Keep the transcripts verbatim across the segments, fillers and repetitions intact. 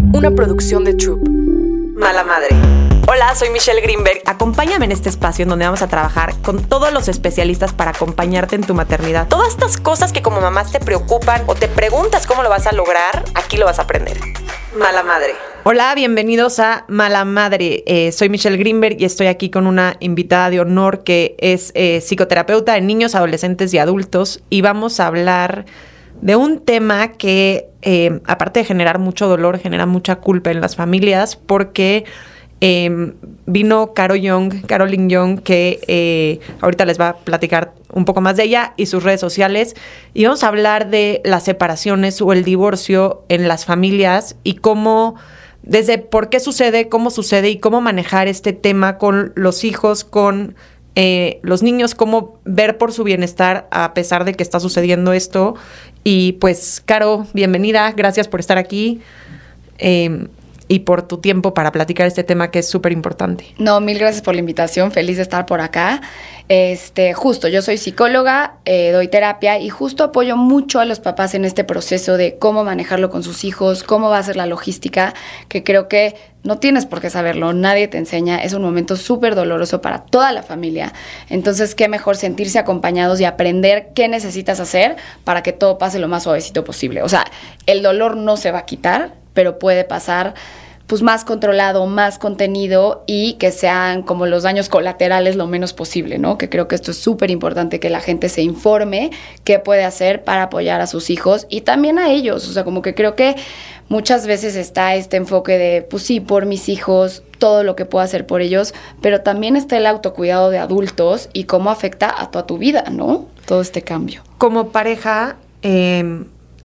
una producción de Troop. Mala Madre. Hola, soy Michelle Greenberg. Acompáñame en este espacio en donde vamos a trabajar con todos los especialistas para acompañarte en tu maternidad. Todas estas cosas que como mamás te preocupan o te preguntas cómo lo vas a lograr, aquí lo vas a aprender. Mala Madre. Hola, bienvenidos a Mala Madre. Eh, soy Michelle Greenberg y estoy aquí con una invitada de honor que es eh, psicoterapeuta en niños, adolescentes y adultos. Y vamos a hablar de un tema que, eh, aparte de generar mucho dolor, genera mucha culpa en las familias porque eh, vino Caro Young, Caroline Young, que eh, ahorita les va a platicar un poco más de ella y sus redes sociales. Y vamos a hablar de las separaciones o el divorcio en las familias y cómo, desde por qué sucede, cómo sucede y cómo manejar este tema con los hijos, con Eh, los niños, cómo ver por su bienestar a pesar de que está sucediendo esto. Y pues, Caro, bienvenida, gracias por estar aquí eh, y por tu tiempo para platicar este tema que es súper importante. No, mil gracias por la invitación, feliz de estar por acá. Este, justo, yo soy psicóloga, eh, doy terapia y justo apoyo mucho a los papás en este proceso de cómo manejarlo con sus hijos, cómo va a ser la logística, que creo que no tienes por qué saberlo, nadie te enseña, es un momento súper doloroso para toda la familia. Entonces, qué mejor sentirse acompañados y aprender qué necesitas hacer para que todo pase lo más suavecito posible. O sea, el dolor no se va a quitar, pero puede pasar pues más controlado, más contenido y que sean como los daños colaterales lo menos posible, ¿no? Que creo que esto es súper importante, que la gente se informe qué puede hacer para apoyar a sus hijos y también a ellos. O sea, como que creo que muchas veces está este enfoque de, pues sí, por mis hijos, todo lo que puedo hacer por ellos, pero también está el autocuidado de adultos y cómo afecta a toda tu vida, ¿no? Todo este cambio. Como pareja, eh...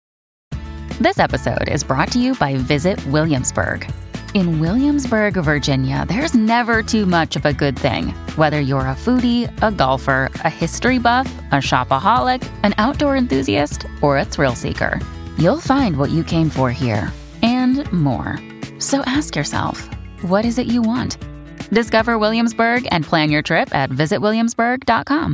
This episode is brought to you by Visit Williamsburg. In Williamsburg, Virginia, there's never too much of a good thing. Whether you're a foodie, a golfer, a history buff, a shopaholic, an outdoor enthusiast, or a thrill seeker, you'll find what you came for here and more. So ask yourself, what is it you want? Discover Williamsburg and plan your trip at visit williamsburg dot com.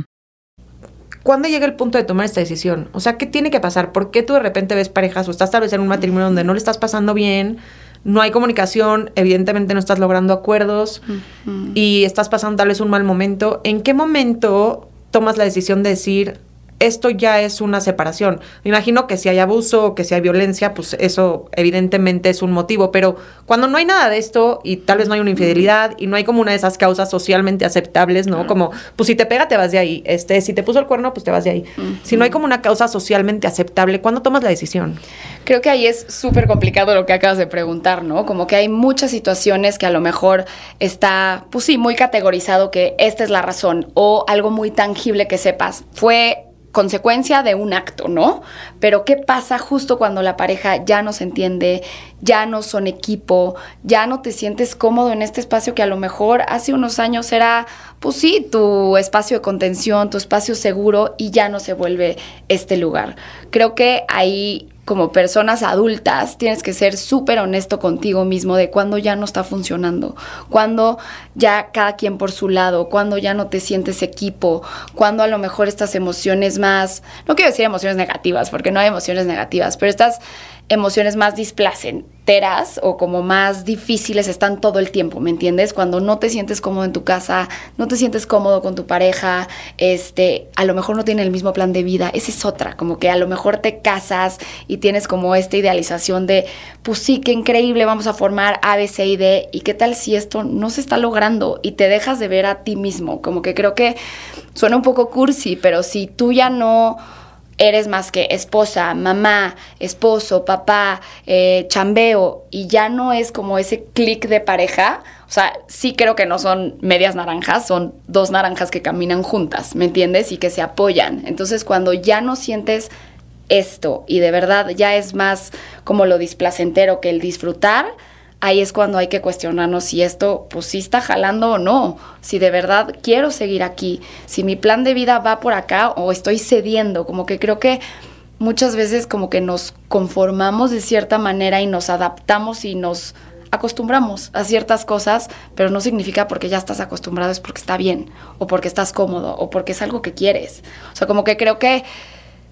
¿Cuándo llega el punto de tomar esta decisión? O sea, ¿qué tiene que pasar? ¿Por qué tú de repente ves parejas o estás tal vez en un matrimonio donde no le estás pasando bien, no hay comunicación, evidentemente no estás logrando acuerdos uh-huh. y estás pasando tal vez un mal momento? ¿En qué momento tomas la decisión de decir, esto ya es una separación? Me imagino que si hay abuso o que si hay violencia, pues eso evidentemente es un motivo, pero cuando no hay nada de esto y tal vez no hay una infidelidad y no hay como una de esas causas socialmente aceptables, ¿no? Como, pues si te pega, te vas de ahí. Este, si te puso el cuerno, pues te vas de ahí. Uh-huh. Si no hay como una causa socialmente aceptable, ¿cuándo tomas la decisión? Creo que ahí es súper complicado lo que acabas de preguntar, ¿no? Como que hay muchas situaciones que a lo mejor está, pues sí, muy categorizado que esta es la razón o algo muy tangible que sepas. Fue consecuencia de un acto, ¿no? Pero ¿qué pasa justo cuando la pareja ya no se entiende, ya no son equipo, ya no te sientes cómodo en este espacio que a lo mejor hace unos años era, pues sí, tu espacio de contención, tu espacio seguro y ya no se vuelve este lugar? Creo que ahí, como personas adultas, tienes que ser súper honesto contigo mismo de cuando ya no está funcionando, cuando ya cada quien por su lado, cuando ya no te sientes equipo, cuando a lo mejor estas emociones más, no quiero decir emociones negativas, porque no hay emociones negativas, pero estas emociones más displacenteras o como más difíciles están todo el tiempo, ¿me entiendes? Cuando no te sientes cómodo en tu casa, no te sientes cómodo con tu pareja, este, a lo mejor no tienen el mismo plan de vida, esa es otra, como que a lo mejor te casas y tienes como esta idealización de, pues sí, qué increíble, vamos a formar A, B, C y D, y qué tal si esto no se está logrando y te dejas de ver a ti mismo, como que creo que suena un poco cursi, pero si tú ya no eres más que esposa, mamá, esposo, papá, eh, chambeo, y ya no es como ese clic de pareja. O sea, sí creo que no son medias naranjas, son dos naranjas que caminan juntas, ¿me entiendes? Y que se apoyan. Entonces, cuando ya no sientes esto y de verdad ya es más como lo displacentero que el disfrutar, ahí es cuando hay que cuestionarnos si esto pues sí está jalando o no, si de verdad quiero seguir aquí, si mi plan de vida va por acá o estoy cediendo. Como que creo que muchas veces como que nos conformamos de cierta manera y nos adaptamos y nos acostumbramos a ciertas cosas, pero no significa porque ya estás acostumbrado es porque está bien, o porque estás cómodo, o porque es algo que quieres. O sea, como que creo que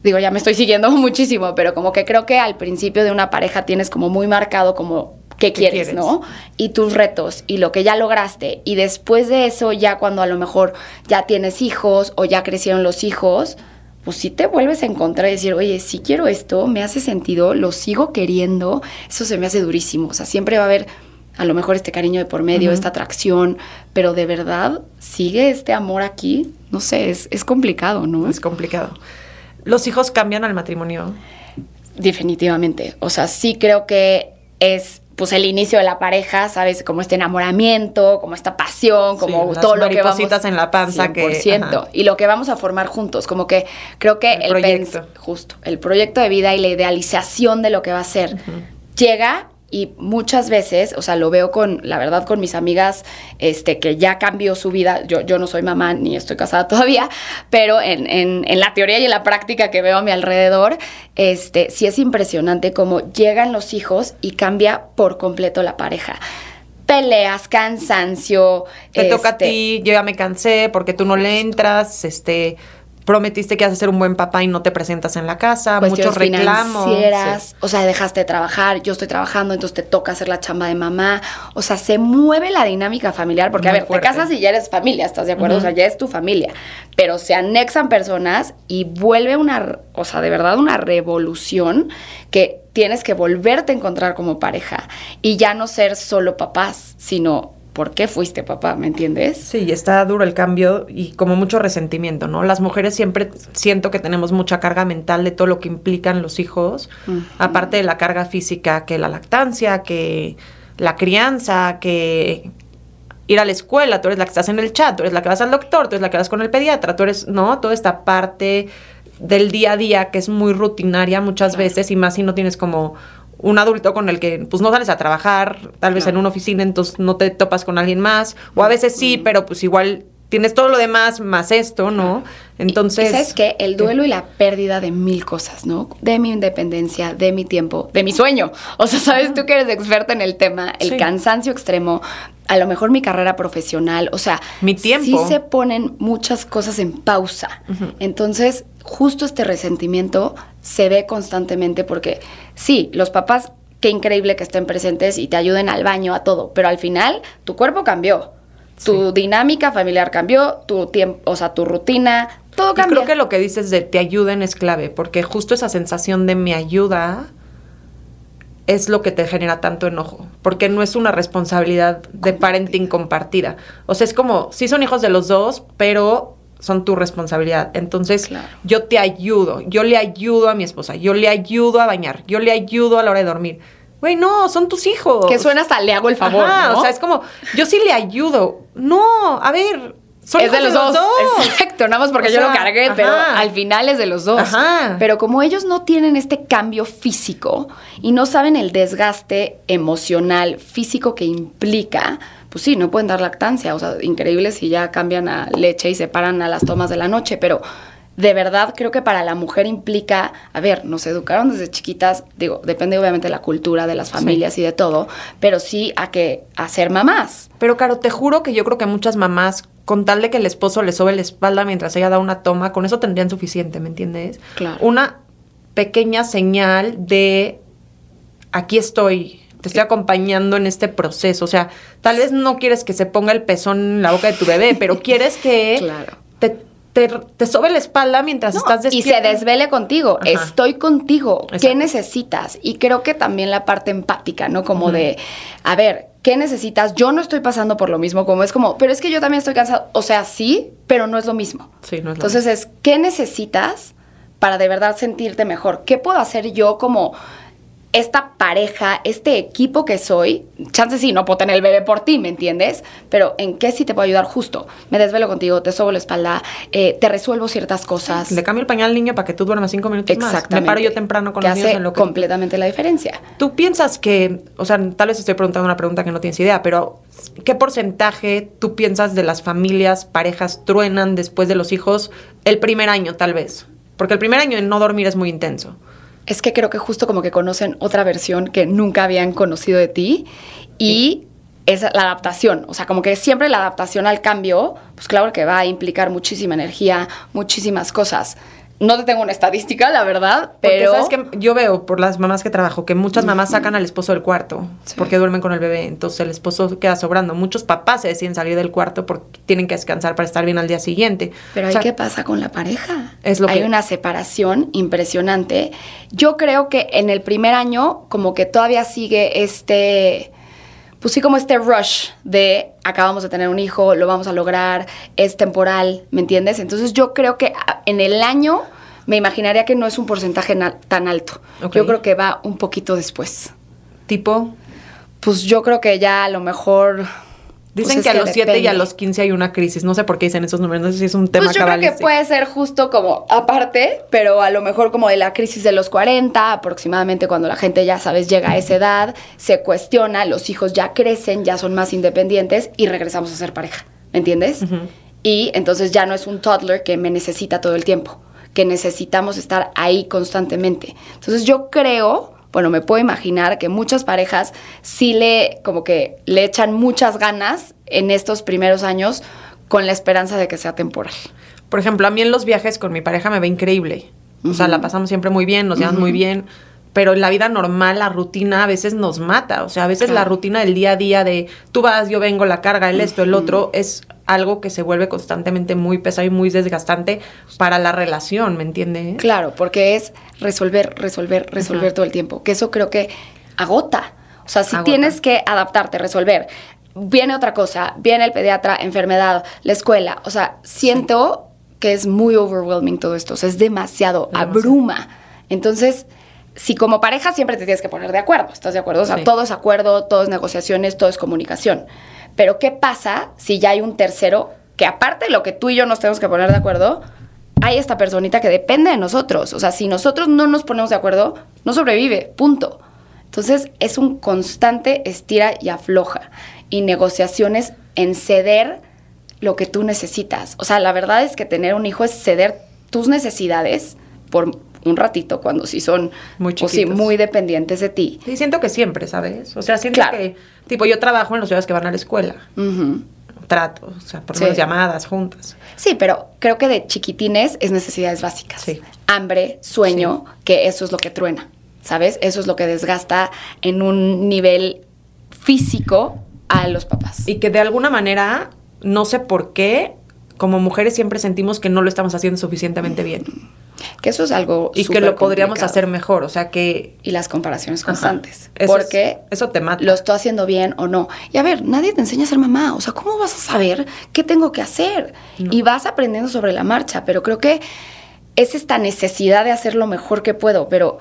digo, ya me estoy siguiendo muchísimo, pero como que creo que al principio de una pareja tienes como muy marcado como qué quieres, quieres, ¿no? Y tus retos y lo que ya lograste. Y después de eso, ya cuando a lo mejor ya tienes hijos o ya crecieron los hijos, pues sí te vuelves a encontrar y decir, oye, sí quiero esto, me hace sentido, lo sigo queriendo, eso se me hace durísimo. O sea, siempre va a haber a lo mejor este cariño de por medio, uh-huh. esta atracción, pero de verdad, ¿sigue este amor aquí? No sé, es, es complicado, ¿no? Es complicado. ¿Los hijos cambian al matrimonio? Definitivamente. O sea, sí creo que es pues el inicio de la pareja, ¿sabes? Como este enamoramiento, como esta pasión, como sí, todo lo que vamos... maripositas en la panza cien por ciento, que... Ajá. Y lo que vamos a formar juntos, como que creo que el, el proyecto. Pens, justo, el proyecto de vida y la idealización de lo que va a ser, uh-huh. llega... Y muchas veces, o sea, lo veo con, la verdad, con mis amigas, este, que ya cambió su vida. Yo, yo no soy mamá ni estoy casada todavía, pero en, en, en la teoría y en la práctica que veo a mi alrededor, este, sí es impresionante cómo llegan los hijos y cambia por completo la pareja. Peleas, cansancio. Te este, toca a ti, yo ya me cansé porque tú no le entras, este... prometiste que ibas a ser un buen papá y no te presentas en la casa, muchos reclamos. Sí. O sea, dejaste de trabajar, yo estoy trabajando, entonces te toca hacer la chamba de mamá. O sea, se mueve la dinámica familiar, porque muy a ver, fuerte. Te casas y ya eres familia, ¿estás de acuerdo? Uh-huh. O sea, ya es tu familia. Pero se anexan personas y vuelve una, o sea, de verdad una revolución que tienes que volverte a encontrar como pareja y ya no ser solo papás, sino... ¿Por qué fuiste papá? ¿Me entiendes? Sí, está duro el cambio y como mucho resentimiento, ¿no? Las mujeres siempre siento que tenemos mucha carga mental de todo lo que implican los hijos, uh-huh. aparte de la carga física, que la lactancia, que la crianza, que ir a la escuela, tú eres la que estás en el chat, tú eres la que vas al doctor, tú eres la que vas con el pediatra, tú eres, ¿no? Toda esta parte del día a día que es muy rutinaria muchas claro. veces y más si no tienes como... un adulto con el que pues no sales a trabajar, tal vez claro. en una oficina, entonces no te topas con alguien más, o a veces sí, pero pues igual tienes todo lo demás más esto, ¿no? Entonces... Y, y ¿sabes qué? El duelo ¿qué? Y la pérdida de mil cosas, ¿no? De mi independencia, de mi tiempo, de mi sueño. O sea, ¿sabes? Tú que eres experta en el tema, el sí. cansancio extremo, a lo mejor mi carrera profesional, o sea... Mi tiempo. Sí se ponen muchas cosas en pausa. Uh-huh. Entonces, justo este resentimiento se ve constantemente porque, sí, los papás, qué increíble que estén presentes y te ayuden al baño, a todo, pero al final tu cuerpo cambió. Tu sí. dinámica familiar cambió, tu tiempo, o sea, tu rutina, todo cambió. Y creo que lo que dices de te ayuden es clave, porque justo esa sensación de me ayuda es lo que te genera tanto enojo, porque no es una responsabilidad de parenting compartida. O sea, es como, sí son hijos de los dos, pero son tu responsabilidad. Entonces, claro. yo te ayudo, yo le ayudo a mi esposa, yo le ayudo a bañar, yo le ayudo a la hora de dormir. Güey, no, son tus hijos. Que suena hasta le hago el favor, Ajá, ¿no? O sea, es como, yo sí le ayudo. No, a ver, son es de los, de los dos. dos. Exacto, nada más porque o yo sea, lo cargué, ajá. pero al final es de los dos. Ajá. Pero como ellos no tienen este cambio físico y no saben el desgaste emocional, físico que implica, pues sí, no pueden dar lactancia. O sea, increíble si ya cambian a leche y se paran a las tomas de la noche, pero... de verdad creo que para la mujer implica, a ver, nos educaron desde chiquitas, digo, depende obviamente de la cultura, de las familias sí. y de todo, pero sí a que a ser mamás. Pero Caro, te juro que yo creo que muchas mamás, con tal de que el esposo le sobe la espalda mientras ella da una toma, con eso tendrían suficiente, ¿me entiendes? Claro. Una pequeña señal de aquí estoy, te estoy acompañando en este proceso. O sea, tal vez no quieres que se ponga el pezón en la boca de tu bebé, pero quieres que claro. te... Te, te sobe la espalda mientras no, estás despierta. Y se desvele contigo. Ajá. Estoy contigo. Exacto. ¿Qué necesitas? Y creo que también la parte empática, ¿no? Como uh-huh. de, a ver, ¿qué necesitas? Yo no estoy pasando por lo mismo. Como es como, pero es que yo también estoy cansado. O sea, sí, pero no es lo mismo. Sí, no es lo Entonces mismo. es, ¿qué necesitas para de verdad sentirte mejor? ¿Qué puedo hacer yo como... esta pareja, este equipo que soy, chance sí, no puedo tener el bebé por ti, ¿me entiendes? Pero ¿en qué sí te puedo ayudar? Justo, me desvelo contigo, te sobo la espalda, eh, te resuelvo ciertas cosas. Le cambio el pañal al niño para que tú duermas cinco minutos más. Exactamente. Me paro yo temprano con que los niños en lo que... completamente la diferencia. ¿Tú piensas que, o sea, tal vez estoy preguntando una pregunta que no tienes idea, pero ¿qué porcentaje tú piensas de las familias, parejas, truenan después de los hijos el primer año, tal vez? Porque el primer año en no dormir es muy intenso. Es que creo que justo como que conocen otra versión que nunca habían conocido de ti y sí. es la adaptación. O sea, como que siempre la adaptación al cambio, pues claro que va a implicar muchísima energía, muchísimas cosas. no te tengo una estadística, la verdad, pero... Porque sabes que yo veo por las mamás que trabajo que muchas mamás sacan al esposo del cuarto sí. porque duermen con el bebé, entonces el esposo queda sobrando. Muchos papás se deciden salir del cuarto porque tienen que descansar para estar bien al día siguiente. Pero o ¿ahí sea, qué pasa con la pareja? Es lo Hay que... una separación impresionante. Yo creo que en el primer año como que todavía sigue este... Pues sí, como este rush de acabamos de tener un hijo, lo vamos a lograr, es temporal, ¿me entiendes? Entonces yo creo que en el año me imaginaría que no es un porcentaje na- tan alto. Okay. Yo creo que va un poquito después. ¿Tipo? Pues yo creo que ya a lo mejor... Dicen pues que a que los siete y a depende. los quince hay una crisis. No sé por qué dicen esos números. No sé si es un tema Pues yo creo cabalístico. que puede ser justo como aparte, pero a lo mejor como de la crisis de los cuarenta, aproximadamente cuando la gente ya, sabes, llega a esa edad, se cuestiona, los hijos ya crecen, ya son más independientes y regresamos a ser pareja, ¿me entiendes? Uh-huh. Y entonces ya no es un toddler que me necesita todo el tiempo, que necesitamos estar ahí constantemente. Entonces yo creo... Bueno, me puedo imaginar que muchas parejas sí le, como que le echan muchas ganas en estos primeros años con la esperanza de que sea temporal. Por ejemplo, a mí en los viajes con mi pareja me va increíble. Uh-huh. O sea, la pasamos siempre muy bien, nos llevamos uh-huh. muy bien. Pero en la vida normal, la rutina a veces nos mata. O sea, a veces claro. la rutina del día a día de tú vas, yo vengo, la carga, el esto, el otro, es algo que se vuelve constantemente muy pesado y muy desgastante para la relación, ¿me entiendes? Claro, porque es resolver, resolver, resolver uh-huh. todo el tiempo. Que eso creo que agota. O sea, si agota. Tienes que adaptarte, resolver. Viene otra cosa, viene el pediatra, enfermedad, la escuela. O sea, siento sí. que es muy overwhelming todo esto. O sea, es demasiado, demasiado. abruma. Entonces... Si como pareja siempre te tienes que poner de acuerdo, ¿estás de acuerdo? O sea, sí. todo es acuerdo, todo es negociaciones, todo es comunicación. Pero ¿qué pasa si ya hay un tercero que aparte de lo que tú y yo nos tenemos que poner de acuerdo, hay esta personita que depende de nosotros? O sea, si nosotros no nos ponemos de acuerdo, no sobrevive, punto. Entonces, es un constante estira y afloja y negociaciones en ceder lo que tú necesitas. O sea, la verdad es que tener un hijo es ceder tus necesidades por... un ratito, cuando sí son muy o sí, muy dependientes de ti. Sí, siento que siempre, ¿sabes? O sea, siento claro. que, tipo, yo trabajo en los bebés que van a la escuela. Uh-huh. Trato, o sea, por lo menos sí. llamadas juntas. Sí, pero creo que de chiquitines es necesidades básicas. Sí. Hambre, sueño, sí. que eso es lo que truena, ¿sabes? Eso es lo que desgasta en un nivel físico a los papás. Y que de alguna manera, no sé por qué, como mujeres siempre sentimos que no lo estamos haciendo suficientemente bien. Que eso es algo y que lo podríamos hacer mejor, o sea que... Y las comparaciones constantes. Eso porque es, eso te mata. Lo estoy haciendo bien o no. Y a ver, nadie te enseña a ser mamá. O sea, ¿cómo vas a saber qué tengo que hacer? No. Y vas aprendiendo sobre la marcha. Pero creo que es esta necesidad de hacer lo mejor que puedo. Pero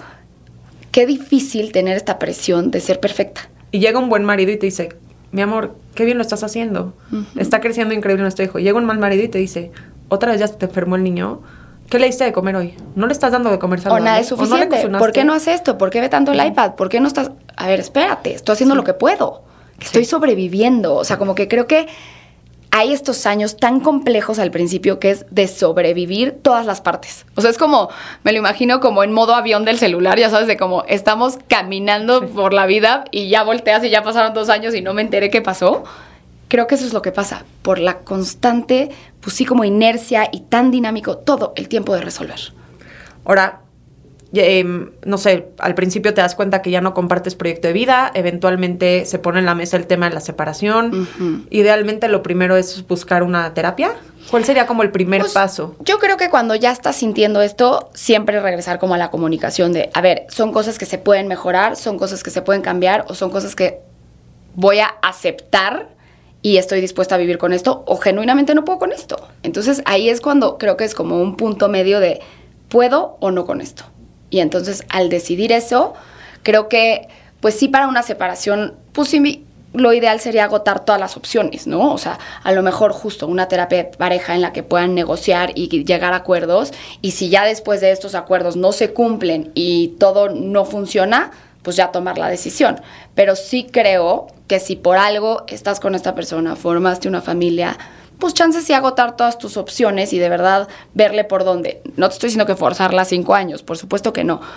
qué difícil tener esta presión de ser perfecta. Y llega un buen marido y te dice, mi amor, qué bien lo estás haciendo. Uh-huh. Está creciendo increíble nuestro hijo. Llega un mal marido y te dice, otra vez ya te enfermó el niño. ¿Qué le diste de comer hoy? ¿No le estás dando de comer saludable? O nada es suficiente. ¿No ¿Por qué no haces esto? ¿Por qué ve tanto el uh-huh. iPad? ¿Por qué no estás...? A ver, espérate. Estoy haciendo sí. lo que puedo. Sí. Estoy sobreviviendo. O sea, como que creo que hay estos años tan complejos al principio que es de sobrevivir todas las partes. O sea, es como... Me lo imagino como en modo avión del celular, ya sabes, de como estamos caminando sí. por la vida y ya volteas y ya pasaron dos años y no me enteré qué pasó. Creo que eso es lo que pasa, por la constante, pues sí, como inercia y tan dinámico todo el tiempo de resolver. Ahora, eh, no sé, al principio te das cuenta que ya no compartes proyecto de vida, eventualmente se pone en la mesa el tema de la separación. Uh-huh. Idealmente lo primero es buscar una terapia. ¿Cuál sería como el primer pues, paso? Yo creo que cuando ya estás sintiendo esto, siempre regresar como a la comunicación de, a ver, son cosas que se pueden mejorar, son cosas que se pueden cambiar o son cosas que voy a aceptar y estoy dispuesta a vivir con esto, o genuinamente no puedo con esto. Entonces, ahí es cuando creo que es como un punto medio de ¿puedo o no con esto? Y entonces, al decidir eso, creo que, pues sí, para una separación, pues sí, lo ideal sería agotar todas las opciones, ¿no? O sea, a lo mejor justo una terapia de pareja en la que puedan negociar y llegar a acuerdos, y si ya después de estos acuerdos no se cumplen y todo no funciona, pues ya tomar la decisión. Pero sí creo que si por algo estás con esta persona, formaste una familia, pues chances sí agotar todas tus opciones y de verdad verle por dónde. No te estoy diciendo que forzarla cinco años, por supuesto que no.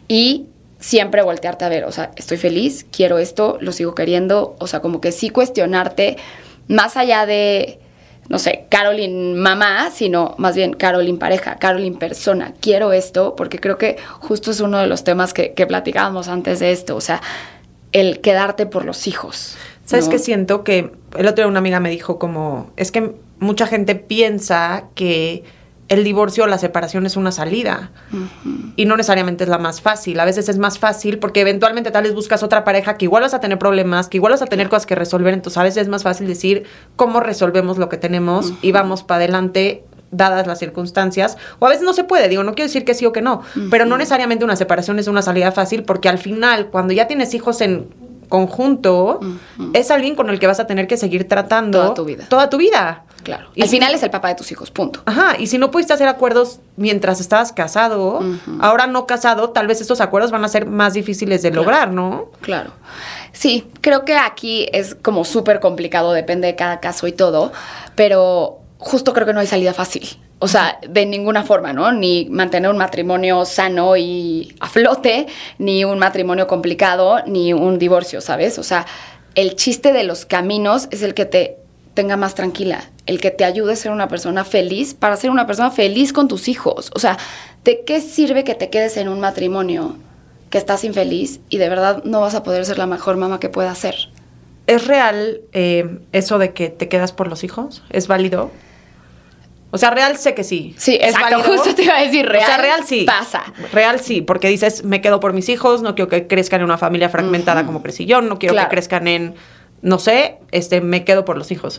Y siempre voltearte a ver, o sea, estoy feliz, quiero esto, lo sigo queriendo, o sea, como que sí cuestionarte, más allá de, no sé, Caroline mamá, sino más bien Caroline pareja, Caroline persona. Quiero esto porque creo que justo es uno de los temas que, que platicábamos antes de esto, o sea, el quedarte por los hijos. ¿Sabes ¿no? qué siento? Que el otro día una amiga me dijo como, es que mucha gente piensa que el divorcio o la separación es una salida. Uh-huh. Y no necesariamente es la más fácil. A veces es más fácil porque eventualmente tal vez buscas otra pareja que igual vas a tener problemas, que igual vas a tener cosas que resolver. Entonces a veces es más fácil decir cómo resolvemos lo que tenemos uh-huh. y vamos para adelante dadas las circunstancias. O a veces no se puede. Digo, no quiero decir que sí o que no. Uh-huh. Pero no necesariamente una separación es una salida fácil porque al final, cuando ya tienes hijos en conjunto, uh-huh. es alguien con el que vas a tener que seguir tratando toda tu vida. Toda tu vida. Claro. Y al si, final es el papá de tus hijos, punto. Ajá, y si no pudiste hacer acuerdos mientras estabas casado, uh-huh. ahora no casado, tal vez estos acuerdos van a ser más difíciles de claro. lograr, ¿no? Claro. Sí, creo que aquí es como súper complicado, depende de cada caso y todo, pero justo creo que no hay salida fácil. O sea, de ninguna forma, ¿no? Ni mantener un matrimonio sano y a flote, ni un matrimonio complicado, ni un divorcio, ¿sabes? O sea, el chiste de los caminos es el que te tenga más tranquila, el que te ayude a ser una persona feliz para ser una persona feliz con tus hijos. O sea, ¿de qué sirve que te quedes en un matrimonio que estás infeliz y de verdad no vas a poder ser la mejor mamá que puedas ser? ¿Es real eh, eso de que te quedas por los hijos? ¿Es válido? O sea, real sé que sí. Sí, ¿Es exacto, válido? justo te iba a decir real. O sea, real sí. Pasa. Real sí, porque dices, me quedo por mis hijos, no quiero que crezcan en una familia fragmentada uh-huh. como crecí yo, no quiero claro. que crezcan en, no sé, este, me quedo por los hijos.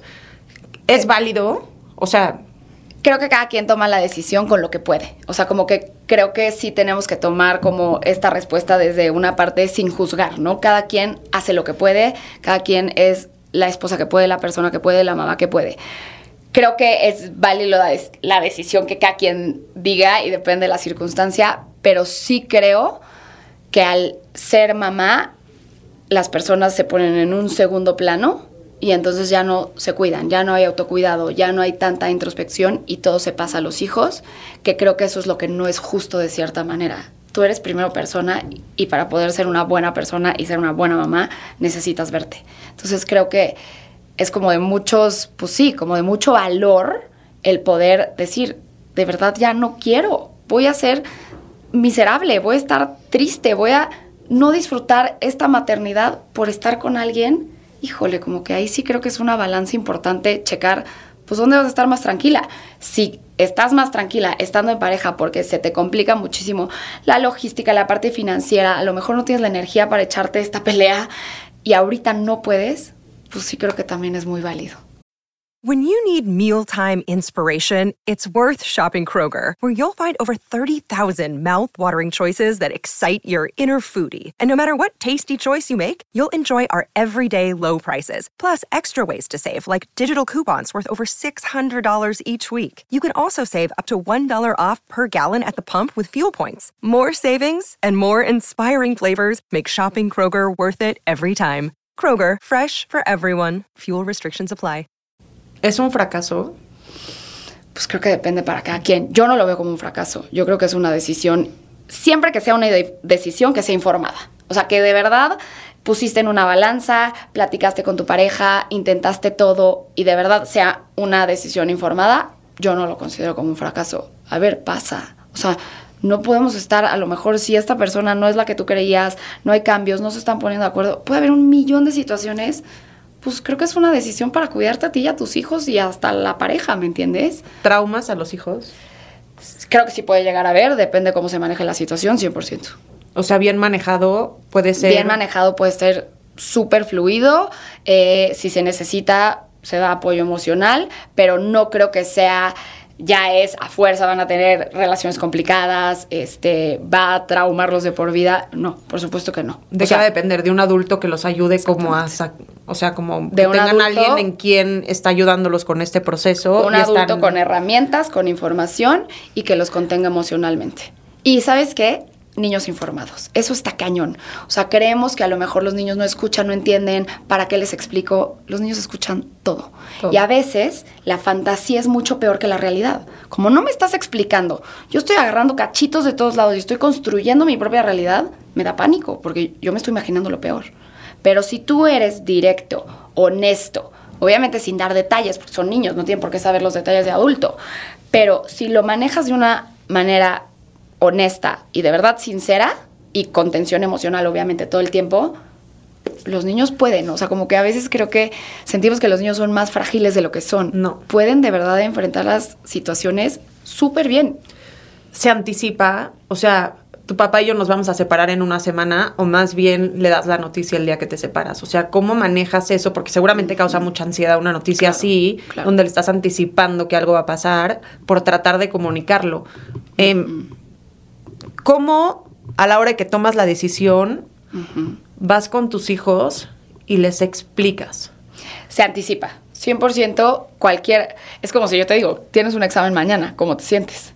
¿Es válido? O sea... Creo que cada quien toma la decisión con lo que puede. O sea, como que creo que sí tenemos que tomar como esta respuesta desde una parte sin juzgar, ¿no? Cada quien hace lo que puede, cada quien es la esposa que puede, la persona que puede, la mamá que puede. Creo que es válido la, des- la decisión que cada quien diga y depende de la circunstancia, pero sí creo que al ser mamá, las personas se ponen en un segundo plano y entonces ya no se cuidan, ya no hay autocuidado, ya no hay tanta introspección y todo se pasa a los hijos, que creo que eso es lo que no es justo de cierta manera. Tú eres primero persona y para poder ser una buena persona y ser una buena mamá necesitas verte. Entonces creo que es como de muchos, pues sí, como de mucho valor el poder decir, de verdad ya no quiero, voy a ser miserable, voy a estar triste, voy a no disfrutar esta maternidad por estar con alguien. Híjole, como que ahí sí creo que es una balanza importante checar, pues dónde vas a estar más tranquila. Si estás más tranquila estando en pareja porque se te complica muchísimo la logística, la parte financiera, a lo mejor no tienes la energía para echarte esta pelea y ahorita no puedes, pues sí creo que también es muy válido. When you need mealtime inspiration, it's worth shopping Kroger, where you'll find over thirty thousand mouth-watering choices that excite your inner foodie. And no matter what tasty choice you make, you'll enjoy our everyday low prices, plus extra ways to save, like digital coupons worth over six hundred dollars each week. You can also save up to one dollar off per gallon at the pump with fuel points. More savings and more inspiring flavors make shopping Kroger worth it every time. Kroger, fresh for everyone. Fuel restrictions apply. ¿Es un fracaso? Pues creo que depende para cada quien. Yo no lo veo como un fracaso. Yo creo que es una decisión, siempre que sea una de- decisión que sea informada. O sea, que de verdad pusiste en una balanza, platicaste con tu pareja, intentaste todo y de verdad sea una decisión informada, yo no lo considero como un fracaso. A ver, pasa. O sea, no podemos estar, a lo mejor si esta persona no es la que tú creías, no hay cambios, no se están poniendo de acuerdo, puede haber un millón de situaciones. Pues creo que es una decisión para cuidarte a ti y a tus hijos y hasta la pareja, ¿me entiendes? ¿Traumas a los hijos? Creo que sí puede llegar a haber, depende cómo se maneje la situación, cien por ciento. O sea, bien manejado puede ser... Bien manejado puede ser súper fluido, eh, si se necesita se da apoyo emocional, pero no creo que sea... ya es a fuerza, van a tener relaciones complicadas, este, va a traumarlos de por vida. No, por supuesto que no. ¿De o qué va sea, a depender? De un adulto que los ayude como a... sac- O sea, como De que un tengan adulto- alguien en quien está ayudándolos con este proceso. un y adulto están- con herramientas, con información y que los contenga emocionalmente. Y ¿sabes qué? Niños informados. Eso está cañón. O sea, creemos que a lo mejor los niños no escuchan, no entienden. ¿Para qué les explico? Los niños escuchan todo. Todo. Y a veces la fantasía es mucho peor que la realidad. Como no me estás explicando, yo estoy agarrando cachitos de todos lados y estoy construyendo mi propia realidad, me da pánico porque yo me estoy imaginando lo peor. Pero si tú eres directo, honesto, obviamente sin dar detalles, porque son niños, no tienen por qué saber los detalles de adulto, pero si lo manejas de una manera honesta y de verdad sincera y con tensión emocional obviamente todo el tiempo, los niños pueden, o sea, como que a veces creo que sentimos que los niños son más frágiles de lo que son. No. Pueden de verdad enfrentar las situaciones súper bien. Se anticipa, o sea, tu papá y yo nos vamos a separar en una semana, o más bien le das la noticia el día que te separas. O sea, ¿cómo manejas eso? Porque seguramente causa mucha ansiedad una noticia Claro, así, claro. donde le estás anticipando que algo va a pasar por tratar de comunicarlo. Eh, ¿Cómo a la hora de que tomas la decisión Uh-huh. vas con tus hijos y les explicas? Se anticipa. cien por ciento cualquier... Es como si yo te digo, tienes un examen mañana, ¿cómo te sientes?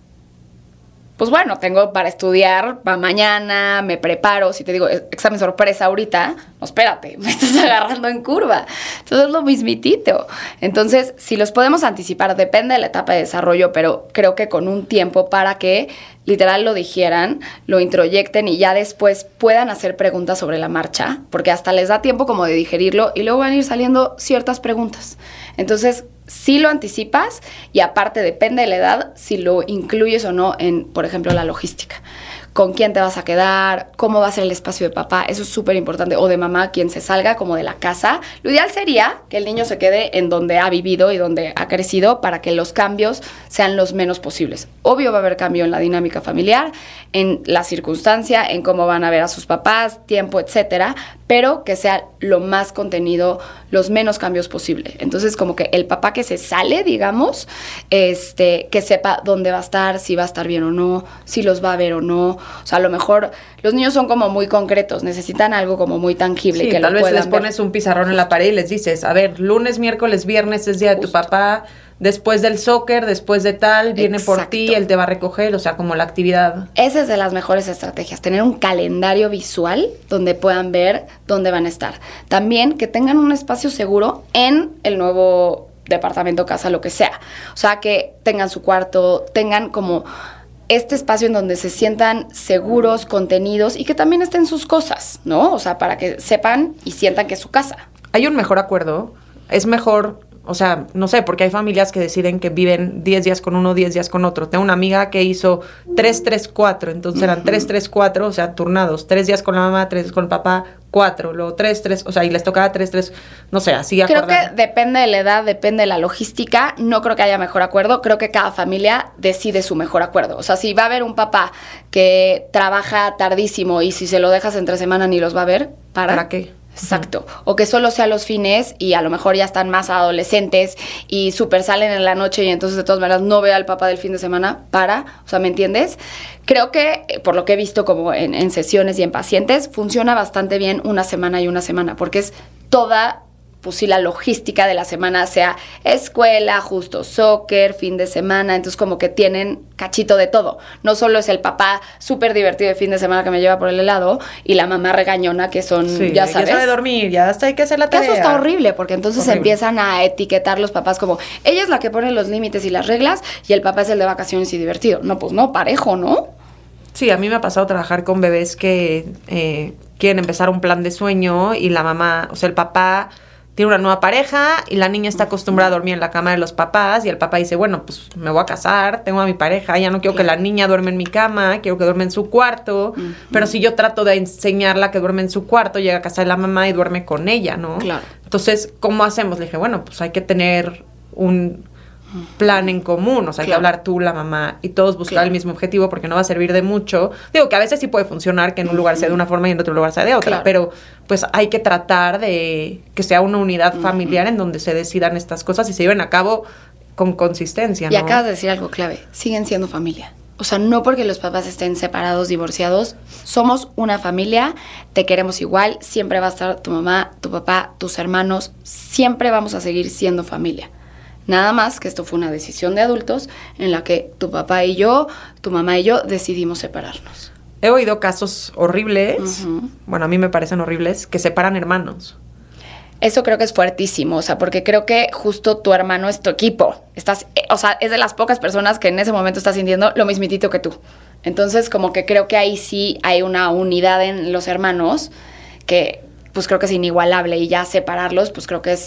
Pues bueno, tengo para estudiar para mañana, me preparo. Si te digo, examen sorpresa ahorita, no, espérate, me estás agarrando en curva. Entonces es lo mismitito. Entonces, si los podemos anticipar, depende de la etapa de desarrollo, pero creo que con un tiempo para que literal lo digieran, lo introyecten y ya después puedan hacer preguntas sobre la marcha, porque hasta les da tiempo como de digerirlo y luego van a ir saliendo ciertas preguntas. Entonces, si lo anticipas y aparte depende de la edad, si lo incluyes o no en, por ejemplo, la logística. Con quién te vas a quedar, cómo va a ser el espacio de papá, eso es súper importante, o de mamá, quien se salga como de la casa. Lo ideal sería que el niño se quede en donde ha vivido y donde ha crecido para que los cambios sean los menos posibles. Obvio va a haber cambio en la dinámica familiar, en la circunstancia, en cómo van a ver a sus papás, tiempo, etcétera, pero que sea lo más contenido, los menos cambios posible. Entonces, como que el papá que se sale, digamos, este, que sepa dónde va a estar, si va a estar bien o no, si los va a ver o no. O sea, a lo mejor los niños son como muy concretos, necesitan algo como muy tangible Sí, que tal lo vez puedan les pones ver. un pizarrón en la pared y les dices, a ver, lunes, miércoles, viernes es día de tu Justo. papá, después del soccer, después de tal, viene por Exacto. ti, él te va a recoger, o sea, como la actividad. Esa es de las mejores estrategias, tener un calendario visual donde puedan ver dónde van a estar. También que tengan un espacio seguro en el nuevo departamento, casa, lo que sea. O sea, que tengan su cuarto, tengan como este espacio en donde se sientan seguros, contenidos y que también estén sus cosas, ¿no? O sea, para que sepan y sientan que es su casa. Hay un mejor acuerdo, es mejor, o sea, no sé, porque hay familias que deciden que viven diez días con uno, diez días con otro. Tengo una amiga que hizo tres, tres, cuatro, entonces eran tres, tres, cuatro, o sea, turnados, tres días con la mamá, tres días con el papá, cuatro, luego tres, tres, o sea, y les tocaba tres, tres, no sé, así Creo acordaron. que depende de la edad, depende de la logística. No creo que haya mejor acuerdo. Creo que cada familia decide su mejor acuerdo. O sea, si va a haber un papá que trabaja tardísimo y si se lo dejas entre semana ni los va a ver, ¿para? ¿Para qué? Exacto. O que solo sea los fines y a lo mejor ya están más adolescentes y súper salen en la noche y entonces de todas maneras no ve al papá del fin de semana, para, o sea, ¿me entiendes? Creo que, eh, por lo que he visto como en, en sesiones y en pacientes, funciona bastante bien una semana y una semana, porque es toda, pues sí, la logística de la semana, sea escuela, justo soccer, fin de semana, entonces como que tienen cachito de todo. No solo es el papá súper divertido de fin de semana que me lleva por el helado y la mamá regañona que son, Sí, ya sabes. Ya sabe dormir, ya hasta hay que hacer la Que tarea. eso está horrible, porque entonces Horrible. empiezan a etiquetar los papás como, ella es la que pone los límites y las reglas y el papá es el de vacaciones y divertido. No, pues no, parejo, ¿no? Sí, a mí me ha pasado trabajar con bebés que eh, quieren empezar un plan de sueño y la mamá, o sea, el papá tiene una nueva pareja y la niña está acostumbrada a dormir en la cama de los papás y el papá dice, bueno, pues me voy a casar, tengo a mi pareja, ya no quiero Claro. que la niña duerma en mi cama, quiero que duerma en su cuarto, Ujú. pero si yo trato de enseñarla que duerme en su cuarto, llega a casa de la mamá y duerme con ella, ¿no? Claro. Entonces, ¿cómo hacemos? Le dije, bueno, pues hay que tener un plan en común, o sea, hay Claro. que hablar tú, la mamá y todos buscar Claro. el mismo objetivo porque no va a servir de mucho. Digo que a veces sí puede funcionar que en un lugar sea de una forma y en otro lugar sea de otra, Claro. pero pues hay que tratar de que sea una unidad familiar en donde se decidan estas cosas y se lleven a cabo con consistencia, Y ¿no? acabas de decir algo clave, siguen siendo familia. O sea, no porque los papás estén separados, divorciados, somos una familia, te queremos igual, siempre va a estar tu mamá, tu papá, tus hermanos, siempre vamos a seguir siendo familia. Nada más que esto fue una decisión de adultos en la que tu papá y yo, tu mamá y yo decidimos separarnos. He oído casos horribles, Ujú. bueno, a mí me parecen horribles, que separan hermanos. Eso creo que es fuertísimo, o sea, porque creo que justo tu hermano es tu equipo. Estás, eh, o sea, es de las pocas personas que en ese momento está sintiendo lo mismitito que tú. Entonces, como que creo que ahí sí hay una unidad en los hermanos que, pues creo que es inigualable y ya separarlos, pues creo que es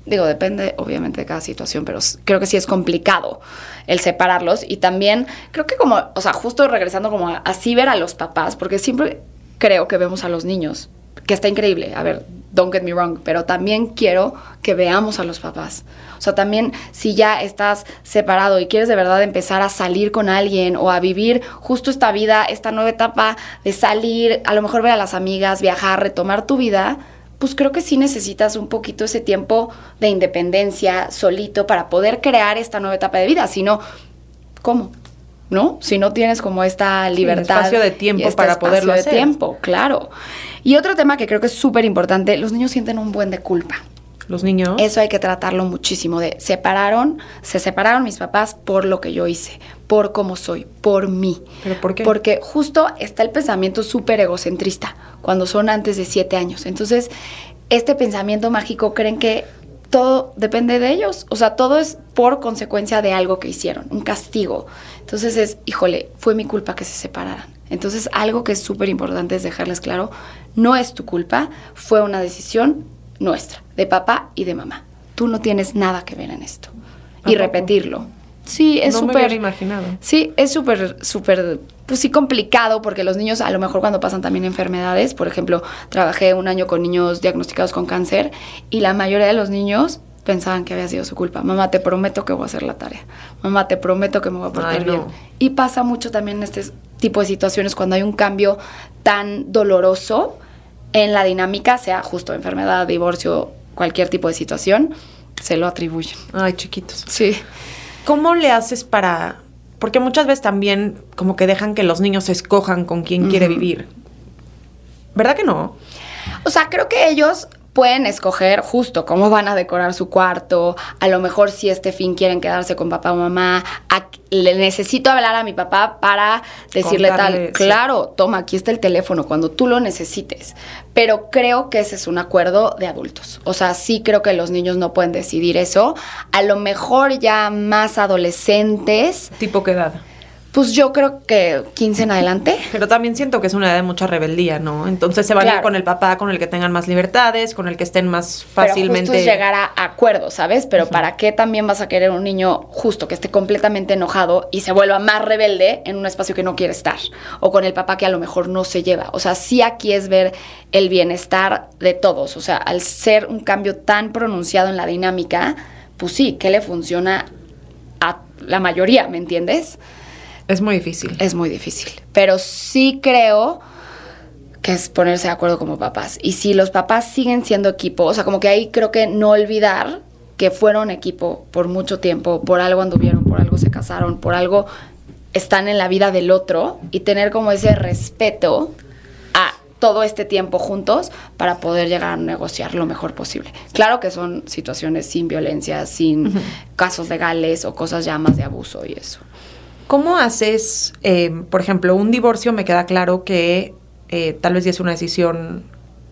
Digo, depende obviamente de cada situación, pero creo que sí es complicado el separarlos. Y también creo que como, o sea, justo regresando como a así ver a los papás, porque siempre creo que vemos a los niños, que está increíble, a ver, don't get me wrong, pero también quiero que veamos a los papás. O sea, también si ya estás separado y quieres de verdad empezar a salir con alguien o a vivir justo esta vida, esta nueva etapa de salir, a lo mejor ver a las amigas, viajar, retomar tu vida, pues creo que sí necesitas un poquito ese tiempo de independencia solito para poder crear esta nueva etapa de vida. Si no, ¿cómo? ¿No? Si no tienes como esta libertad. Sí, espacio de tiempo este para poderlo espacio hacer. de tiempo, claro. Y otro tema que creo que es súper importante, los niños sienten un buen de culpa. Los niños. Eso hay que tratarlo muchísimo, de separaron, se separaron mis papás por lo que yo hice, por cómo soy, por mí. ¿Pero por qué? Porque justo está el pensamiento súper egocentrista, cuando son antes de siete años. Entonces, este pensamiento mágico creen que todo depende de ellos. O sea, todo es por consecuencia de algo que hicieron, un castigo. Entonces es, híjole, fue mi culpa que se separaran. Entonces, algo que es súper importante es dejarles claro, no es tu culpa, fue una decisión nuestra, de papá y de mamá. Tú no tienes nada que ver en esto. Y repetirlo. Sí, es súper... No me hubiera imaginado. Sí, es súper, súper, pues sí, complicado, porque los niños, a lo mejor cuando pasan también enfermedades, por ejemplo, trabajé un año con niños diagnosticados con cáncer, y la mayoría de los niños pensaban que había sido su culpa. Mamá, te prometo que voy a hacer la tarea. Mamá, te prometo que me voy a portar Ay, no. bien. Y pasa mucho también en este tipo de situaciones, cuando hay un cambio tan doloroso en la dinámica, sea justo enfermedad, divorcio, cualquier tipo de situación, se lo atribuyen. Ay, chiquitos. Sí. ¿Cómo le haces para...? Porque muchas veces también como que dejan que los niños escojan con quién uh-huh. quiere vivir. ¿Verdad que no? O sea, creo que ellos pueden escoger justo cómo van a decorar su cuarto. A lo mejor si este fin quieren quedarse con papá o mamá. A, le necesito hablar a mi papá para decirle Contarle, tal. Sí. Claro, toma, aquí está el teléfono cuando tú lo necesites. Pero creo que ese es un acuerdo de adultos. O sea, sí creo que los niños no pueden decidir eso. A lo mejor ya más adolescentes. ¿Tipo qué edad? Pues yo creo que quince en adelante. Pero también siento que es una edad de mucha rebeldía, ¿no? Entonces se van claro. a ir con el papá, con el que tengan más libertades, con el que estén más fácilmente... Pero justo es llegar a acuerdos, ¿sabes? Pero uh-huh. ¿para qué también vas a querer un niño justo que esté completamente enojado y se vuelva más rebelde en un espacio que no quiere estar? O con el papá que a lo mejor no se lleva. O sea, sí aquí es ver el bienestar de todos. O sea, al ser un cambio tan pronunciado en la dinámica, pues sí, ¿qué le funciona a la mayoría? ¿Me entiendes? Es muy difícil. Es muy difícil. Pero sí creo que es ponerse de acuerdo como papás. Y si los papás siguen siendo equipo, o sea, como que ahí creo que no olvidar que fueron equipo por mucho tiempo, por algo anduvieron, por algo se casaron, por algo están en la vida del otro, y tener como ese respeto a todo este tiempo juntos para poder llegar a negociar lo mejor posible. Claro que son situaciones sin violencia, sin uh-huh. casos legales o cosas ya más de abuso y eso. ¿Cómo haces, eh, por ejemplo, un divorcio? Me queda claro que eh, tal vez ya es una decisión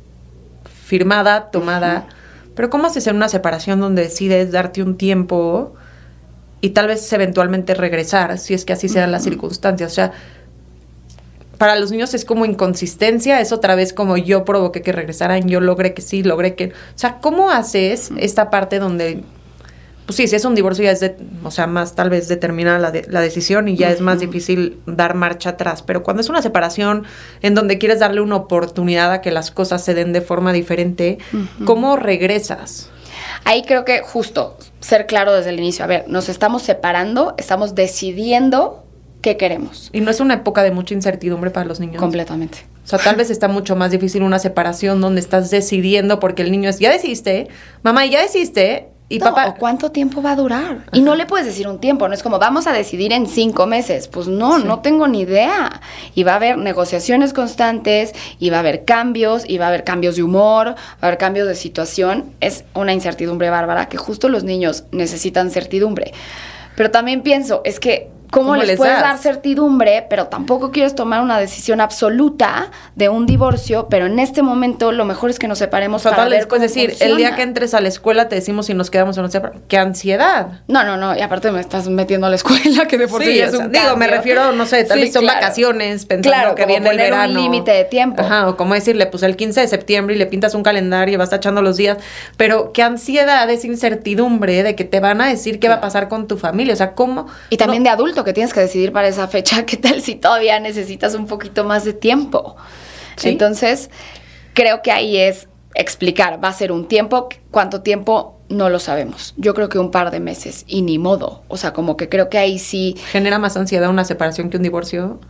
firmada, tomada, uh-huh. pero ¿cómo haces en una separación donde decides darte un tiempo y tal vez eventualmente regresar, si es que así sean uh-huh. las circunstancias? O sea, para los niños es como inconsistencia, es otra vez como yo provoqué que regresaran, yo logré que sí, logré que... O sea, ¿cómo haces uh-huh. esta parte donde... Pues sí, si es un divorcio ya es, de, o sea, más tal vez determinada la, de, la decisión y ya uh-huh. es más difícil dar marcha atrás. Pero cuando es una separación en donde quieres darle una oportunidad a que las cosas se den de forma diferente, uh-huh. ¿cómo regresas? Ahí creo que justo ser claro desde el inicio. A ver, nos estamos separando, estamos decidiendo qué queremos. ¿Y no es una época de mucha incertidumbre para los niños? Completamente. O sea, tal vez está mucho más difícil una separación donde estás decidiendo porque el niño es, ya decidiste, mamá, ya decidiste... Y no, papá, ¿o cuánto tiempo va a durar? Ajá. Y no le puedes decir un tiempo, no es como, vamos a decidir en cinco meses. Pues no, sí. no tengo ni idea. Y va a haber negociaciones constantes, y va a haber cambios, y va a haber cambios de humor, va a haber cambios de situación. Es una incertidumbre bárbara que justo los niños necesitan certidumbre. Pero también pienso, es que ¿Cómo, ¿Cómo les, les puedes das? dar certidumbre, pero tampoco quieres tomar una decisión absoluta de un divorcio, pero en este momento lo mejor es que nos separemos Total, para ver después cómo decir, funciona. el día que entres a la escuela te decimos si nos quedamos o no separamos. ¡Qué ansiedad! No, no, no, y aparte me estás metiendo a la escuela, que de por sí, sí es o sea, un digo, cambio. me refiero, no sé, tal Sí, vez son claro. vacaciones, pensando Claro, que como viene el poner verano. un límite de tiempo. Ajá, o como decirle, pues el quince de septiembre y le pintas un calendario y vas tachando los días. Pero qué ansiedad, esa incertidumbre de que te van a decir qué va a pasar con tu familia. O sea, ¿cómo? Y también no, de adulto, que tienes que decidir para esa fecha, ¿qué tal si todavía necesitas un poquito más de tiempo? ¿Sí? Entonces, creo que ahí es explicar, va a ser un tiempo, ¿cuánto tiempo? No lo sabemos. Yo creo que un par de meses y ni modo. O sea, como que creo que ahí sí... ¿Genera más ansiedad una separación que un divorcio?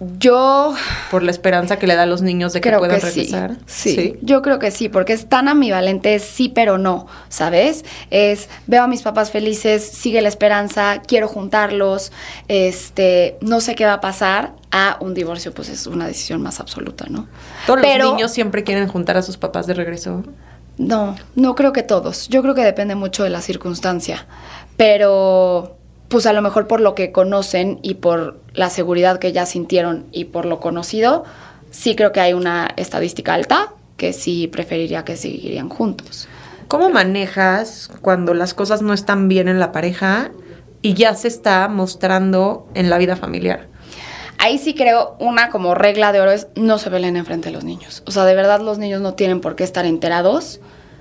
Yo... Por la esperanza que le da a los niños de que creo puedan que regresar. Sí, sí, sí, yo creo que sí, porque es tan ambivalente, es sí pero no, ¿sabes? Es, veo a mis papás felices, sigue la esperanza, quiero juntarlos, este, no sé qué va a pasar, a un divorcio pues es una decisión más absoluta, ¿no? Todos pero, los niños siempre quieren juntar a sus papás de regreso. No, no creo que todos, yo creo que depende mucho de la circunstancia, pero... pues a lo mejor por lo que conocen y por la seguridad que ya sintieron y por lo conocido, sí creo que hay una estadística alta que sí preferiría que seguirían juntos. ¿Cómo manejas cuando las cosas no están bien en la pareja y ya se está mostrando en la vida familiar? Ahí sí creo una como regla de oro es no se peleen enfrente de los niños. O sea, de verdad los niños no tienen por qué estar enterados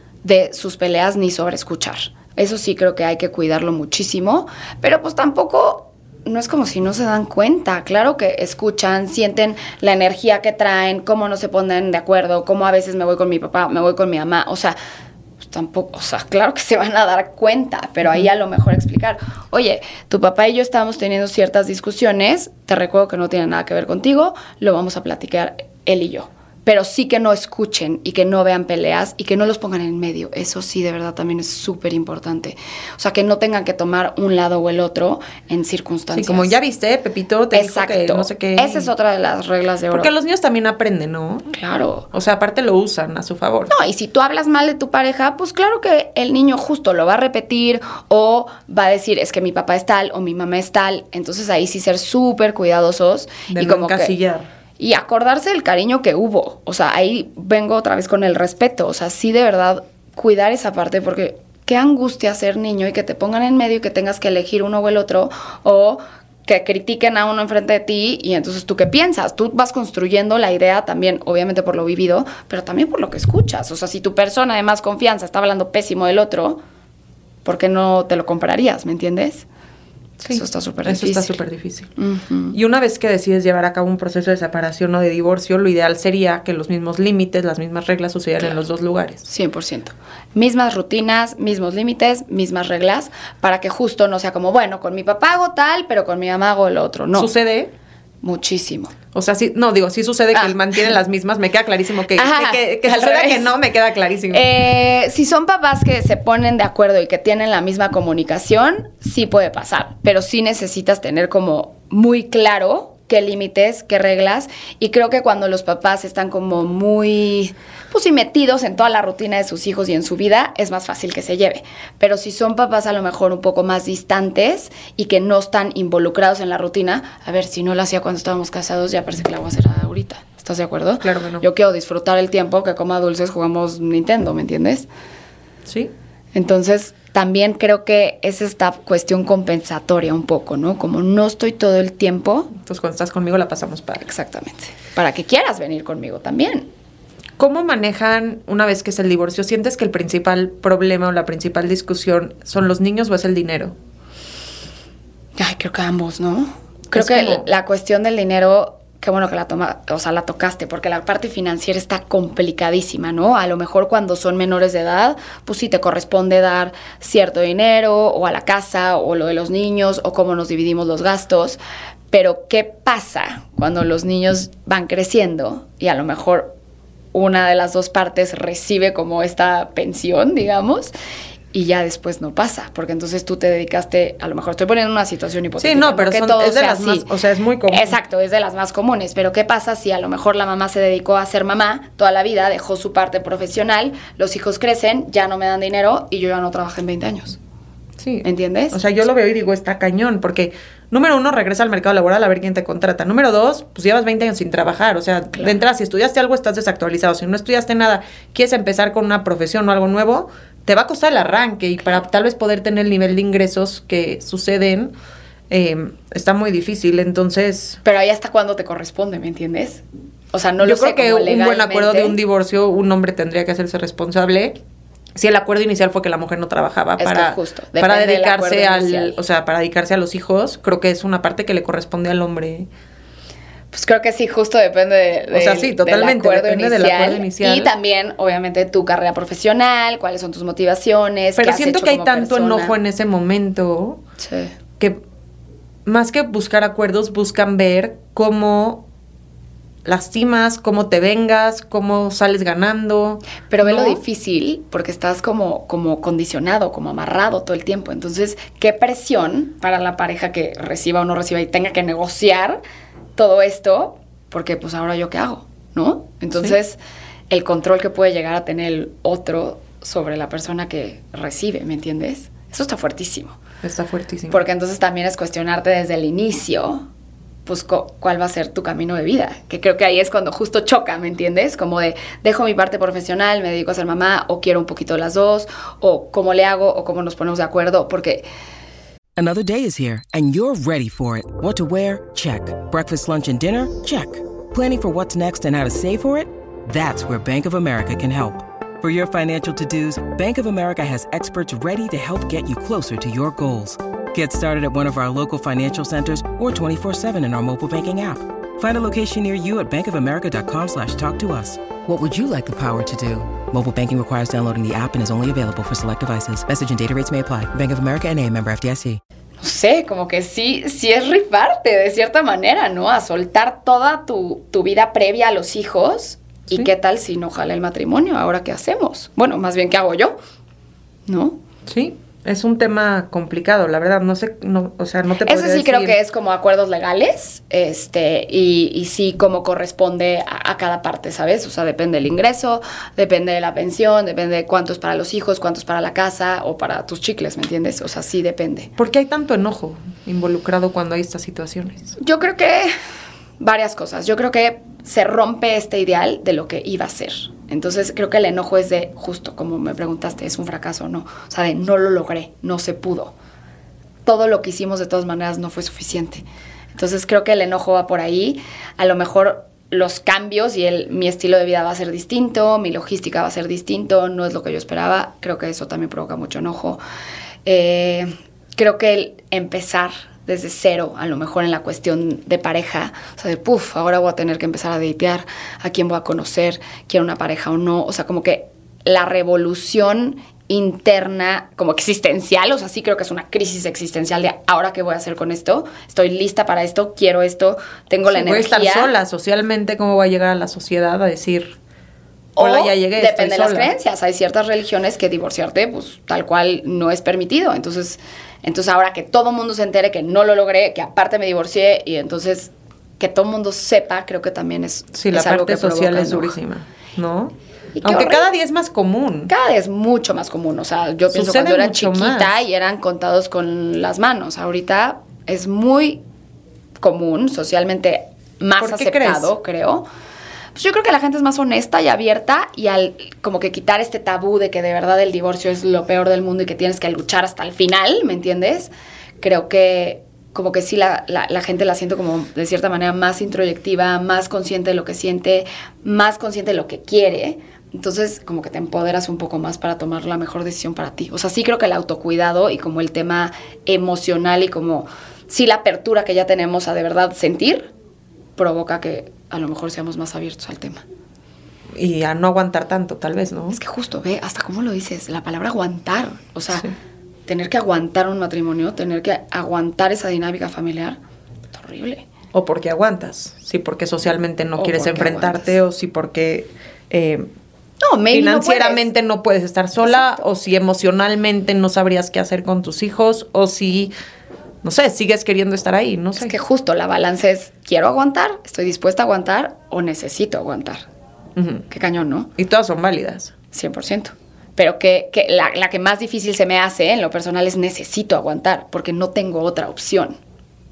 de sus peleas ni sobre escuchar. Eso sí creo que hay que cuidarlo muchísimo, pero pues tampoco, no es como si no se dan cuenta. Claro que escuchan, sienten la energía que traen, cómo no se ponen de acuerdo, cómo a veces me voy con mi papá, me voy con mi mamá, o sea, pues tampoco, o sea, claro que se van a dar cuenta, pero ahí a lo mejor explicar, oye, tu papá y yo estábamos teniendo ciertas discusiones, te recuerdo que no tiene nada que ver contigo, lo vamos a platicar él y yo. Pero sí que no escuchen y que no vean peleas y que no los pongan en medio. Eso sí, de verdad, también es súper importante. O sea, que no tengan que tomar un lado o el otro en circunstancias. Sí, como ya viste, Pepito te Exacto. dijo que no sé qué. Esa es otra de las reglas de oro. Porque los niños también aprenden, ¿no? Claro. O sea, aparte lo usan a su favor. No, y si tú hablas mal de tu pareja, pues claro que el niño justo lo va a repetir o va a decir, es que mi papá es tal o mi mamá es tal. Entonces ahí sí ser súper cuidadosos. De y no como encasillar. Que, y acordarse del cariño que hubo. O sea, ahí vengo otra vez con el respeto. O sea, sí de verdad cuidar esa parte porque qué angustia ser niño y que te pongan en medio y que tengas que elegir uno o el otro o que critiquen a uno enfrente de ti y entonces tú qué piensas. Tú vas construyendo la idea también, obviamente por lo vivido, pero también por lo que escuchas. O sea, si tu persona de más confianza está hablando pésimo del otro, ¿por qué no te lo comprarías? ¿Me entiendes? Sí, eso está súper difícil. Eso está súper difícil. Uh-huh. Y una vez que decides llevar a cabo un proceso de separación o de divorcio, lo ideal sería que los mismos límites, las mismas reglas sucedieran claro. en los dos lugares. cien por ciento. Mismas rutinas, mismos límites, mismas reglas, para que justo no sea como, bueno, con mi papá hago tal, pero con mi mamá hago el otro. No. ¿Sucede? Muchísimo. O sea, sí, no, digo, sí sucede ah. que él mantiene las mismas, me queda clarísimo que, Ajá, que, que, que suceda que no, me queda clarísimo. Eh, si son papás que se ponen de acuerdo y que tienen la misma comunicación, sí puede pasar, pero sí necesitas tener como muy claro qué límites, qué reglas, y creo que cuando los papás están como muy, pues sí, metidos en toda la rutina de sus hijos y en su vida, es más fácil que se lleve. Pero si son papás a lo mejor un poco más distantes y que no están involucrados en la rutina, a ver, si no lo hacía cuando estábamos casados, ya parece que la voy a hacer ahorita. ¿Estás de acuerdo? Claro que no. Yo quiero disfrutar el tiempo que coma dulces, jugamos Nintendo, ¿me entiendes? Sí. Entonces, también creo que es esta cuestión compensatoria un poco, ¿no? Como no estoy todo el tiempo. Entonces, cuando estás conmigo la pasamos padre. Exactamente. Para que quieras venir conmigo también. ¿Cómo manejan una vez que es el divorcio? ¿Sientes que el principal problema o la principal discusión son los niños o es el dinero? Ay, creo que ambos, ¿no? Creo es que como... la cuestión del dinero... Qué bueno que la toma, o sea, la tocaste, porque la parte financiera está complicadísima, ¿no? A lo mejor cuando son menores de edad, pues sí te corresponde dar cierto dinero, o a la casa, o lo de los niños, o cómo nos dividimos los gastos. Pero, ¿qué pasa cuando los niños van creciendo y a lo mejor una de las dos partes recibe como esta pensión, digamos, y ya después no pasa, porque entonces tú te dedicaste, a lo mejor estoy poniendo una situación hipotética. Sí, no, pero que son, todo es de sea las así. más, o sea, es muy común. Exacto, es de las más comunes, pero ¿qué pasa si a lo mejor la mamá se dedicó a ser mamá toda la vida, dejó su parte profesional, los hijos crecen, ya no me dan dinero y yo ya no trabajé en veinte años? Sí. ¿Entiendes? O sea, yo lo veo y digo, está cañón, porque número uno, regresa al mercado laboral a ver quién te contrata. Número dos, pues llevas veinte años sin trabajar. O sea, claro. de entrada, si estudiaste algo, estás desactualizado. Si no estudiaste nada, quieres empezar con una profesión o algo nuevo, te va a costar el arranque. Y para tal vez poder tener el nivel de ingresos que suceden, eh, está muy difícil. Entonces... Pero ahí hasta cuándo te corresponde, ¿me entiendes? O sea, no lo yo sé. Yo creo que un buen acuerdo de un divorcio, un hombre tendría que hacerse responsable. Si el acuerdo inicial fue que la mujer no trabajaba es para, justo, para dedicarse al, inicial. o sea, para dedicarse a los hijos, creo que es una parte que le corresponde al hombre. Pues creo que sí, justo depende de, de, o sea, sí, totalmente, del, acuerdo depende inicial, del acuerdo inicial. Y también, obviamente, tu carrera profesional, cuáles son tus motivaciones. Pero qué has siento hecho que hay como tanto persona. enojo en ese momento sí. que más que buscar acuerdos, buscan ver cómo lastimas, cómo te vengas, cómo sales ganando. Pero ve ¿no? lo difícil, porque estás como, como condicionado, como amarrado todo el tiempo. Entonces, qué presión para la pareja que reciba o no reciba y tenga que negociar todo esto, porque pues ahora yo qué hago, ¿no? Entonces, sí. el control que puede llegar a tener el otro sobre la persona que recibe, ¿me entiendes? Eso está fuertísimo. Está fuertísimo. Porque entonces también es cuestionarte desde el inicio, pues cuál va a ser tu camino de vida, que creo que ahí es cuando justo choca, ¿me entiendes? Como de, dejo mi parte profesional, me dedico a ser mamá, o quiero un poquito las dos, o cómo le hago, o cómo nos ponemos de acuerdo, porque... Another day is here, and you're ready for it. What to wear? Check. Breakfast, lunch, and dinner? Check. Planning for what's next and how to save for it? That's where Bank of America can help. For your financial to-dos, Bank of America has experts ready to help get you closer to your goals. Get started at one of our local financial centers or twenty-four seven in our mobile banking app. Find a location near you at bankofamerica.com slash talk to us. What would you like the power to do? Mobile banking requires downloading the app and is only available for select devices. Message and data rates may apply. Bank of America N A, member F D I C. No sé, como que sí, sí es rifarte de cierta manera, ¿no? A soltar toda tu, tu vida previa a los hijos. ¿Y sí. qué tal si no jala el matrimonio? ¿Ahora qué hacemos? Bueno, más bien, ¿qué hago yo? ¿No? Sí. Es un tema complicado, la verdad, no sé, no, o sea, no te podría Eso sí decir. creo que es como acuerdos legales, este, y, y sí como corresponde a, a cada parte, ¿sabes? O sea, depende del ingreso, depende de la pensión, depende de cuánto es para los hijos, cuánto es para la casa o para tus chicles, ¿me entiendes? O sea, sí depende. ¿Por qué hay tanto enojo involucrado cuando hay estas situaciones? Yo creo que varias cosas. Yo creo que se rompe este ideal de lo que iba a ser. Entonces, creo que el enojo es de, justo como me preguntaste, ¿es un fracaso o no? O sea, de no lo logré, no se pudo. Todo lo que hicimos de todas maneras no fue suficiente. Entonces, creo que el enojo va por ahí. A lo mejor los cambios y el, mi estilo de vida va a ser distinto, mi logística va a ser distinto, no es lo que yo esperaba. Creo que eso también provoca mucho enojo. Eh, creo que el empezar desde cero, a lo mejor en la cuestión de pareja, o sea, de puf, ahora voy a tener que empezar a datear, a quién voy a conocer, quiero una pareja o no, o sea, como que la revolución interna, como existencial, o sea, sí creo que es una crisis existencial de ahora qué voy a hacer con esto, estoy lista para esto, quiero esto, tengo sí, la energía. Voy a estar sola, socialmente, ¿cómo voy a llegar a la sociedad a decir... Hola, o ya llegué, depende de las sola. creencias. Hay ciertas religiones que divorciarte, pues, tal cual no es permitido. Entonces, entonces ahora que todo el mundo se entere que no lo logré, que aparte me divorcié, y entonces que todo el mundo sepa, creo que también es, sí, es la algo parte que social provoca, es ¿no? durísima, ¿no? Y aunque horrible. cada día es más común. Cada día es mucho más común. O sea, yo pienso Sucede cuando era mucho chiquita más. y eran contados con las manos. Ahorita es muy común, socialmente más ¿Por qué aceptado, crees? creo. Pues yo creo que la gente es más honesta y abierta, y al como que quitar este tabú de que de verdad el divorcio es lo peor del mundo y que tienes que luchar hasta el final, ¿me entiendes? Creo que como que sí la, la, la gente la siento como de cierta manera más introyectiva, más consciente de lo que siente, más consciente de lo que quiere. Entonces como que te empoderas un poco más para tomar la mejor decisión para ti. O sea, sí creo que el autocuidado y como el tema emocional y como sí la apertura que ya tenemos a de verdad sentir provoca que a lo mejor seamos más abiertos al tema. Y a no aguantar tanto, tal vez, ¿no? Es que justo, ve, hasta cómo lo dices, la palabra aguantar. O sea, sí. tener que aguantar un matrimonio, tener que aguantar esa dinámica familiar, es horrible. O porque aguantas, sí, porque socialmente no O quieres porque enfrentarte, aguantas. o sí porque eh, No, maybe financieramente no no puedes estar sola, Exacto. o si emocionalmente no sabrías qué hacer con tus hijos, o si, no sé, sigues queriendo estar ahí, no sé. Es que justo la balanza es, ¿quiero aguantar? ¿Estoy dispuesta a aguantar? ¿O necesito aguantar? Uh-huh. Qué cañón, ¿no? Y todas son válidas. cien por ciento. Pero que, que la, la que más difícil se me hace en lo personal es necesito aguantar, porque no tengo otra opción.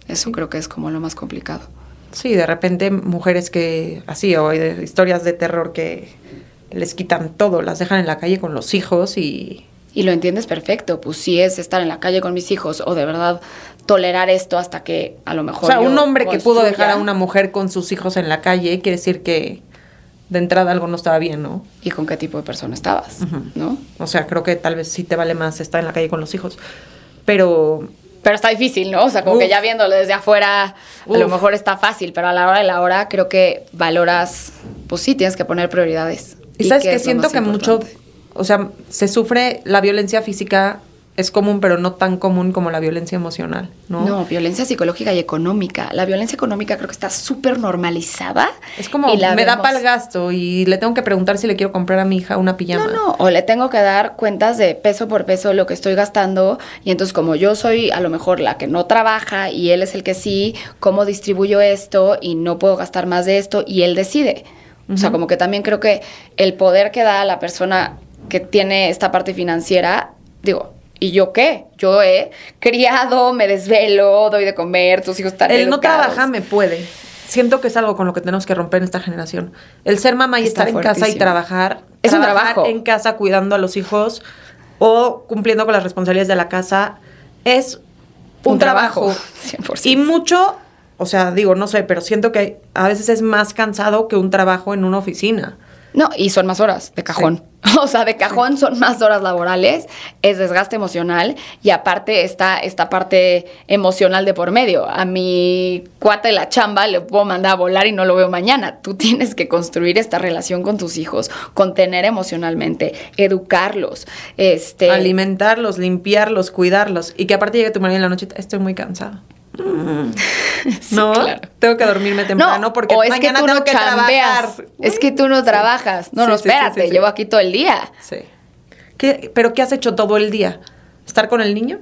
Eso sí. Creo que es como lo más complicado. Sí, de repente mujeres que, así, o de historias de terror que les quitan todo, las dejan en la calle con los hijos y... Y lo entiendes perfecto, pues sí es estar en la calle con mis hijos o de verdad tolerar esto hasta que a lo mejor O sea, un hombre construya. Que pudo dejar a una mujer con sus hijos en la calle quiere decir que de entrada algo no estaba bien, ¿no? ¿Y con qué tipo de persona estabas? Uh-huh. ¿No? O sea, creo que tal vez sí te vale más estar en la calle con los hijos, pero... Pero está difícil, ¿no? O sea, como Uf. que ya viéndolo desde afuera, Uf. a lo mejor está fácil, pero a la hora de la hora creo que valoras, pues sí, tienes que poner prioridades. Y, y sabes que siento que mucho... O sea, se sufre, la violencia física es común, pero no tan común como la violencia emocional, ¿no? No, violencia psicológica y económica. La violencia económica creo que está súper normalizada. Es como, me vemos... da para el gasto y le tengo que preguntar si le quiero comprar a mi hija una pijama. No, no, o le tengo que dar cuentas de peso por peso lo que estoy gastando. Y entonces, como yo soy a lo mejor la que no trabaja y él es el que sí, ¿cómo distribuyo esto? Y no puedo gastar más de esto y él decide. Uh-huh. O sea, como que también creo que el poder que da a la persona que tiene esta parte financiera, digo, ¿y yo qué? Yo he criado, me desvelo, doy de comer, tus hijos están El educados. no trabaja me puede. Siento que es algo con lo que tenemos que romper en esta generación. El ser mamá y Está estar fuertísimo. en casa y trabajar. Es un trabajar trabajo. en casa cuidando a los hijos o cumpliendo con las responsabilidades de la casa es un, un trabajo. trabajo. cien por ciento. Y mucho, o sea, digo, no sé, pero siento que a veces es más cansado que un trabajo en una oficina. No, y son más horas de cajón. Sí. O sea, de cajón sí. Son más horas laborales, es desgaste emocional y aparte está esta parte emocional de por medio. A mi cuate de la chamba le puedo mandar a volar y no lo veo mañana. Tú tienes que construir esta relación con tus hijos, contener emocionalmente, educarlos, este... alimentarlos, limpiarlos, cuidarlos y que aparte llegue tu marido en la noche, estoy muy cansado. Mm. Sí, no, claro. Tengo que dormirme temprano no, porque o es mañana que tú tengo no que chambeas, trabajar. Es que tú no sí. trabajas. No, sí, no, sí, espérate, sí, sí, llevo aquí todo el día. Sí. ¿Qué, ¿Pero qué has hecho todo el día? ¿Estar con el niño?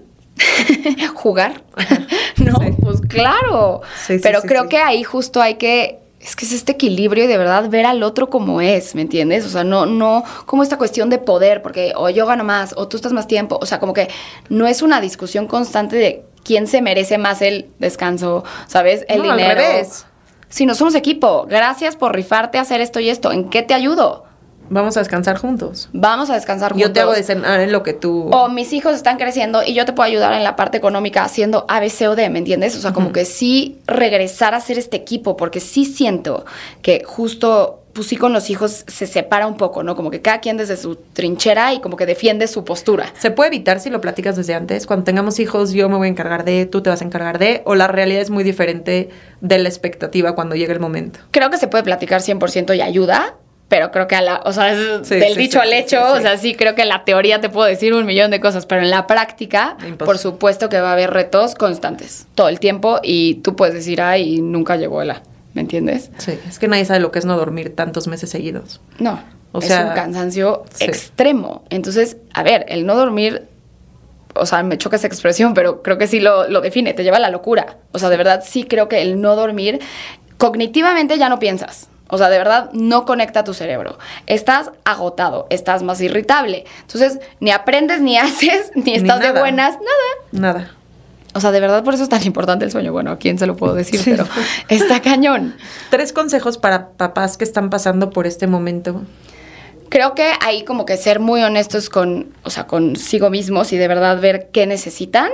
¿Jugar? No, sí. Pues claro. Sí, sí, Pero sí, creo sí. que ahí justo hay que... Es que es este equilibrio y de verdad ver al otro como es, ¿me entiendes? O sea, no, no como esta cuestión de poder, porque o yo gano más, o tú estás más tiempo. O sea, como que no es una discusión constante de quién se merece más el descanso, ¿sabes? El no, dinero. Al revés. Si no somos equipo, gracias por rifarte a hacer esto y esto. ¿En qué te ayudo? Vamos a descansar juntos. Vamos a descansar juntos. Yo te hago de cenar en lo que tú... O mis hijos están creciendo y yo te puedo ayudar en la parte económica haciendo A, B, C o D, ¿me entiendes? O sea, como uh-huh. que sí regresar a ser este equipo, porque sí siento que justo, pues sí con los hijos se separa un poco, ¿no? Como que cada quien desde su trinchera y como que defiende su postura. ¿Se puede evitar si lo platicas desde antes? Cuando tengamos hijos yo me voy a encargar de, tú te vas a encargar de, o la realidad es muy diferente de la expectativa cuando llegue el momento. Creo que se puede platicar cien por ciento y ayuda. Pero creo que a la, o sea, es sí, del sí, dicho sí, al hecho, sí, sí. O sea, sí creo que en la teoría te puedo decir un millón de cosas, pero en la práctica, Imposible. Por supuesto que va a haber retos constantes, todo el tiempo, y tú puedes decir, ay, nunca llegó la, ¿me entiendes? Sí, es que nadie sabe lo que es no dormir tantos meses seguidos. No, o es sea, un cansancio sí. extremo. Entonces, a ver, el no dormir, o sea, me choca esa expresión, pero creo que sí lo, lo define, te lleva a la locura. O sea, de verdad sí creo que el no dormir, cognitivamente ya no piensas. O sea, de verdad, no conecta tu cerebro. Estás agotado, estás más irritable. Entonces, ni aprendes, ni haces, ni estás ni de buenas, nada. Nada. O sea, de verdad, por eso es tan importante el sueño. Bueno, ¿a quién se lo puedo decir? Sí. Pero está cañón. Tres consejos para papás que están pasando por este momento. Creo que ahí como que ser muy honestos con, o sea, consigo mismos y de verdad ver qué necesitan.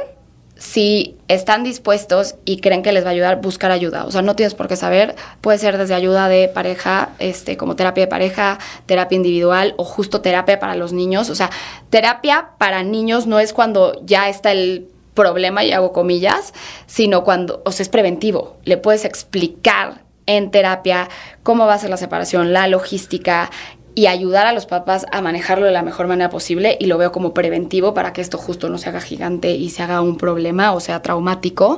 Si están dispuestos y creen que les va a ayudar, buscar ayuda. O sea, no tienes por qué saber. Puede ser desde ayuda de pareja, este, como terapia de pareja, terapia individual o justo terapia para los niños. O sea, terapia para niños no es cuando ya está el problema, y hago comillas, sino cuando, o sea, es preventivo. Le puedes explicar en terapia cómo va a ser la separación, la logística, y ayudar a los papás a manejarlo de la mejor manera posible, y lo veo como preventivo para que esto justo no se haga gigante y se haga un problema o sea traumático.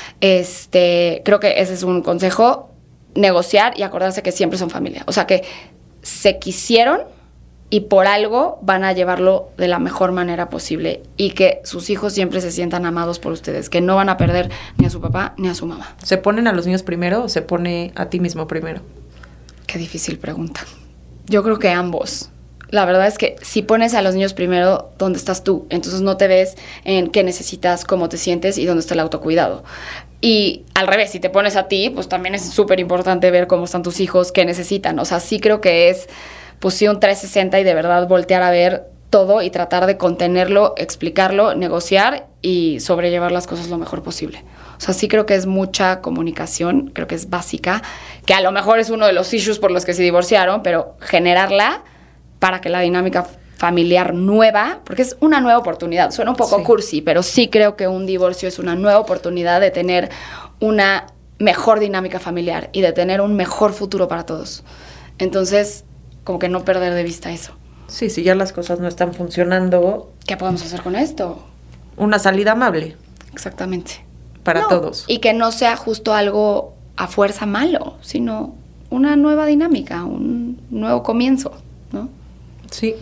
Este, creo que ese es un consejo, negociar y acordarse que siempre son familia. O sea, que se quisieron y por algo van a llevarlo de la mejor manera posible y que sus hijos siempre se sientan amados por ustedes, que no van a perder ni a su papá ni a su mamá. ¿Se ponen a los niños primero o se pone a ti mismo primero? Qué difícil pregunta. Yo creo que ambos. La verdad es que si pones a los niños primero, ¿dónde estás tú? Entonces no te ves en qué necesitas, cómo te sientes y dónde está el autocuidado. Y al revés, si te pones a ti, pues también es súper importante ver cómo están tus hijos, qué necesitan. O sea, sí creo que es, pues sí, un trescientos sesenta y de verdad voltear a ver todo y tratar de contenerlo, explicarlo, negociar y sobrellevar las cosas lo mejor posible. O sea, sí creo que es mucha comunicación, creo que es básica, que a lo mejor es uno de los issues por los que se divorciaron, pero generarla para que la dinámica familiar nueva, porque es una nueva oportunidad, suena un poco sí. cursi, pero sí creo que un divorcio es una nueva oportunidad de tener una mejor dinámica familiar y de tener un mejor futuro para todos. Entonces, como que no perder de vista eso. Sí, si ya las cosas no están funcionando. ¿Qué podemos hacer con esto? Una salida amable. Exactamente. Para no, todos. Y que no sea justo algo a fuerza malo, sino una nueva dinámica, un nuevo comienzo, ¿no? Sí.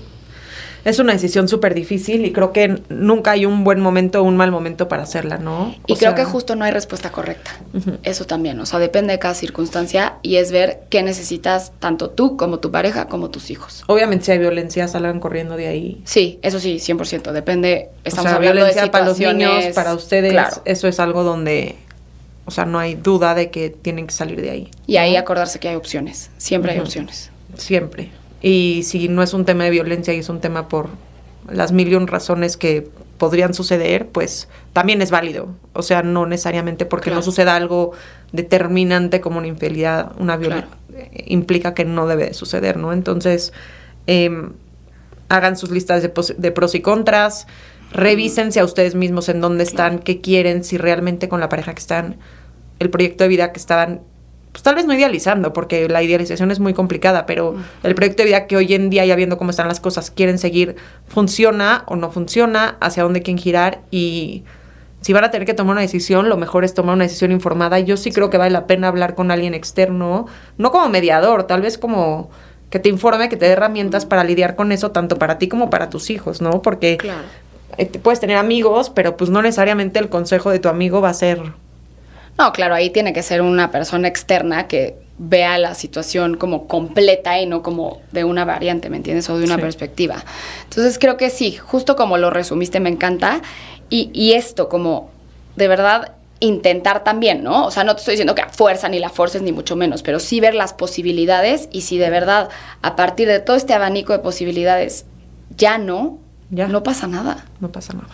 Es una decisión súper difícil y creo que nunca hay un buen momento o un mal momento para hacerla, ¿no? Y o creo sea, que justo no hay respuesta correcta. Uh-huh. Eso también, o sea, depende de cada circunstancia y es ver qué necesitas tanto tú como tu pareja como tus hijos. Obviamente si hay violencia, salgan corriendo de ahí. Sí, eso sí, cien por ciento. Depende, estamos o sea, hablando violencia de para los situaciones... niños, para ustedes, Claro. eso es algo donde, o sea, no hay duda de que tienen que salir de ahí. Y ahí acordarse que hay opciones, siempre Uh-huh. hay opciones. Siempre. Y si no es un tema de violencia y es un tema por las mil y un razones que podrían suceder, pues también es válido. O sea, no necesariamente porque Claro. no suceda algo determinante como una infidelidad, una violencia, Claro. implica que no debe de suceder, ¿no? Entonces, eh, hagan sus listas de, pos- de pros y contras, revísense a ustedes mismos en dónde están, Claro. qué quieren, si realmente con la pareja que están, el proyecto de vida que estaban, pues tal vez no idealizando, porque la idealización es muy complicada, pero el proyecto de vida que hoy en día, ya viendo cómo están las cosas, quieren seguir, funciona o no funciona, hacia dónde quieren girar, y si van a tener que tomar una decisión, lo mejor es tomar una decisión informada. Yo sí creo que vale la pena hablar con alguien externo, no como mediador, tal vez como que te informe, que te dé herramientas para lidiar con eso, tanto para ti como para tus hijos, ¿no? Porque Claro. eh, te puedes tener amigos, pero pues no necesariamente el consejo de tu amigo va a ser... No, claro, ahí tiene que ser una persona externa que vea la situación como completa y no como de una variante, ¿me entiendes? O de una Sí. perspectiva. Entonces creo que sí, justo como lo resumiste, me encanta. Y, y esto, como de verdad intentar también, ¿no? O sea, no te estoy diciendo que a fuerza ni la forces ni mucho menos, pero sí ver las posibilidades y si de verdad a partir de todo este abanico de posibilidades ya no, Ya. no pasa nada. No pasa nada.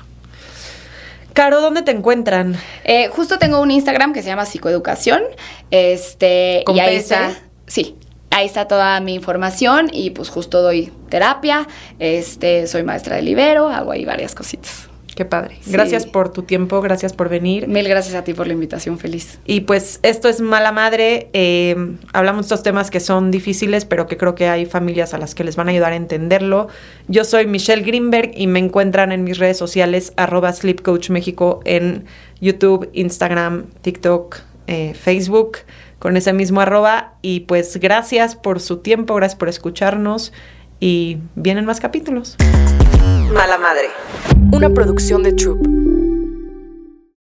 Caro, ¿dónde te encuentran? Eh, justo tengo un Instagram que se llama Psicoeducación, este, ¿Con y ahí P S? está, sí, ahí está toda mi información y pues justo doy terapia, este, soy maestra de libero, hago ahí varias cositas. Qué padre. Sí. Gracias por tu tiempo, gracias por venir. Mil gracias a ti por la invitación, feliz. Y pues esto es Mala Madre. Eh, hablamos de estos temas que son difíciles, pero que creo que hay familias a las que les van a ayudar a entenderlo. Yo soy Michelle Greenberg y me encuentran en mis redes sociales, arroba Sleep Coach México, en YouTube, Instagram, TikTok, eh, Facebook, con ese mismo arroba. Y pues gracias por su tiempo, gracias por escucharnos y vienen más capítulos. Mala Madre. Una producción de Troop.